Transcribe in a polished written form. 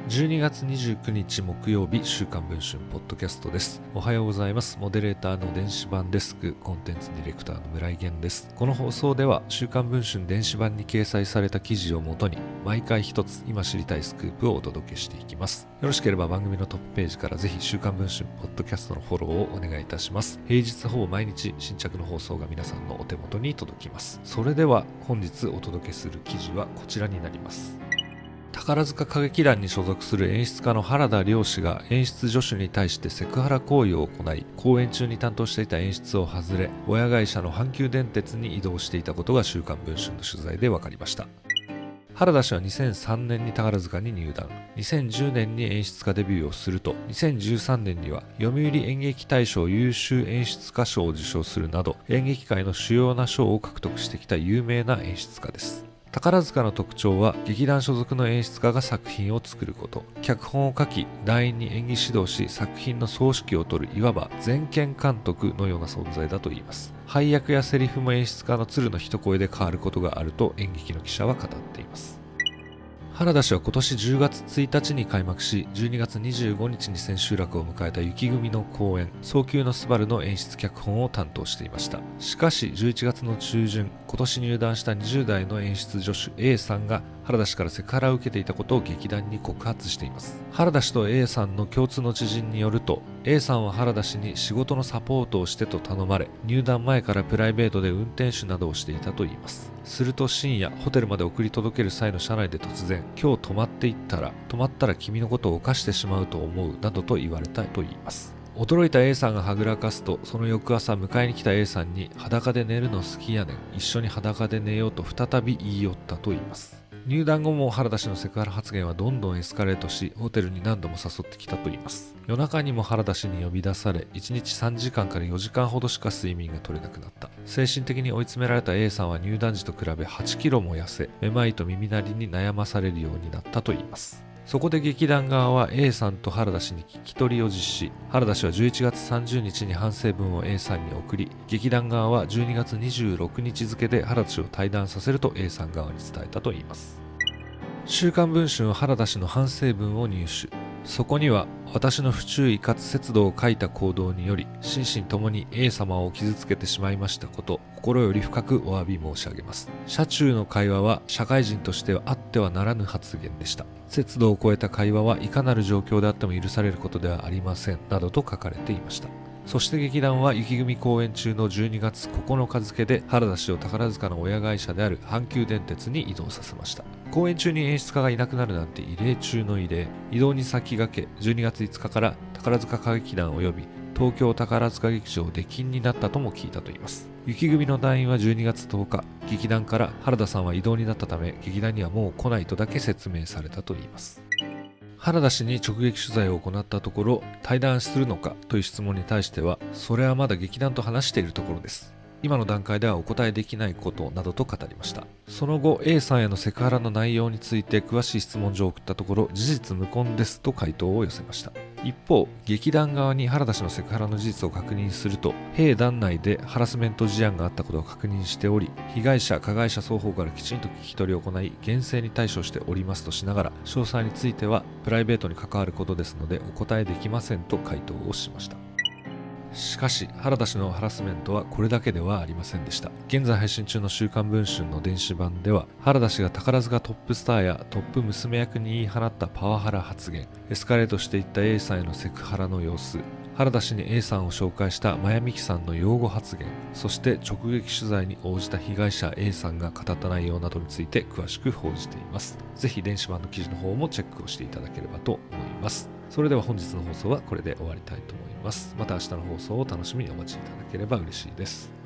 12月29日木曜日、週刊文春ポッドキャストです。おはようございます。モデレーターの電子版デスクコンテンツディレクターの村井源です。この放送では週刊文春電子版に掲載された記事をもとに毎回一つ今知りたいスクープをお届けしていきます。よろしければ番組のトップページからぜひ週刊文春ポッドキャストのフォローをお願いいたします。平日ほぼ毎日新着の放送が皆さんのお手元に届きます。それでは本日お届けする記事はこちらになります。宝塚歌劇団に所属する演出家の原田良氏が演出助手に対してセクハラ行為を行い、公演中に担当していた演出を外れ、親会社の阪急電鉄に異動していたことが週刊文春の取材で分かりました。原田氏は2003年に宝塚に入団、2010年に演出家デビューをすると、2013年には読売演劇大賞優秀演出家賞を受賞するなど、演劇界の主要な賞を獲得してきた有名な演出家です。宝塚の特徴は劇団所属の演出家が作品を作ること、脚本を書き団員に演技指導し作品の総指揮を執るいわば全権監督のような存在だといいます。配役やセリフも演出家の鶴の一声で変わることがあると演劇の記者は語っています。原田氏は今年10月1日に開幕し、12月25日に千秋楽を迎えた雪組の公演、早急のスバルの演出脚本を担当していました。しかし11月の中旬、今年入団した20代の演出助手 A さんが原田氏からセクハラを受けていたことを劇団に告発しています。原田氏と A さんの共通の知人によると、A さんは原田氏に仕事のサポートをしてと頼まれ、入団前からプライベートで運転手などをしていたといいます。すると深夜、ホテルまで送り届ける際の車内で突然、今日泊まったら君のことを犯してしまうと思うなどと言われたといいます。驚いた A さんがはぐらかすと、その翌朝迎えに来た A さんに裸で寝るの好きやねん、一緒に裸で寝ようと再び言い寄ったといいます。入団後も原田氏のセクハラ発言はどんどんエスカレートし、ホテルに何度も誘ってきたといいます。夜中にも原田氏に呼び出され、1日3時間から4時間ほどしか睡眠が取れなくなった。精神的に追い詰められた A さんは入団時と比べ8キロも痩せ、めまいと耳鳴りに悩まされるようになったといいます。そこで劇団側は A さんと原田氏に聞き取りを実施。原田氏は11月30日に反省文を A さんに送り、劇団側は12月26日付で原田氏を退団させると A さん側に伝えたといいます。週刊文春は原田氏の反省文を入手。そこには、私の不注意かつ節度を欠いた行動により心身ともに A 様を傷つけてしまいましたこと、心より深くお詫び申し上げます。社中の会話は社会人としてはあってはならぬ発言でした。節度を超えた会話はいかなる状況であっても許されることではありませんなどと書かれていました。そして劇団は雪組公演中の12月9日付で原田氏を宝塚の親会社である阪急電鉄に移動させました。公演中に演出家がいなくなるなんて異例中の異例。移動に先駆け12月5日から宝塚歌劇団及び東京宝塚劇場で勤になったとも聞いたといいます。雪組の団員は12月10日、劇団から原田さんは異動になったため劇団にはもう来ないとだけ説明されたといいます。原田氏に直撃取材を行ったところ、退団するのかという質問に対しては、それはまだ劇団と話しているところです。今の段階ではお答えできないことなどと語りました。その後 A さんへのセクハラの内容について詳しい質問状を送ったところ、事実無根ですと回答を寄せました。一方、劇団側に原田氏のセクハラの事実を確認すると、弊団内でハラスメント事案があったことを確認しており、被害者加害者双方からきちんと聞き取りを行い厳正に対処しておりますとしながら、詳細についてはプライベートに関わることですのでお答えできませんと回答をしました。しかし原田氏のハラスメントはこれだけではありませんでした。現在配信中の週刊文春の電子版では、原田氏が宝塚トップスターやトップ娘役に言い放ったパワハラ発言、エスカレートしていった A さんへのセクハラの様子、原田氏に A さんを紹介した真矢美樹さんの擁護発言、そして直撃取材に応じた被害者 A さんが語った内容などについて詳しく報じています。ぜひ電子版の記事の方もチェックをしていただければと思います。それでは本日の放送はこれで終わりたいと思います。また明日の放送を楽しみにお待ちいただければ嬉しいです。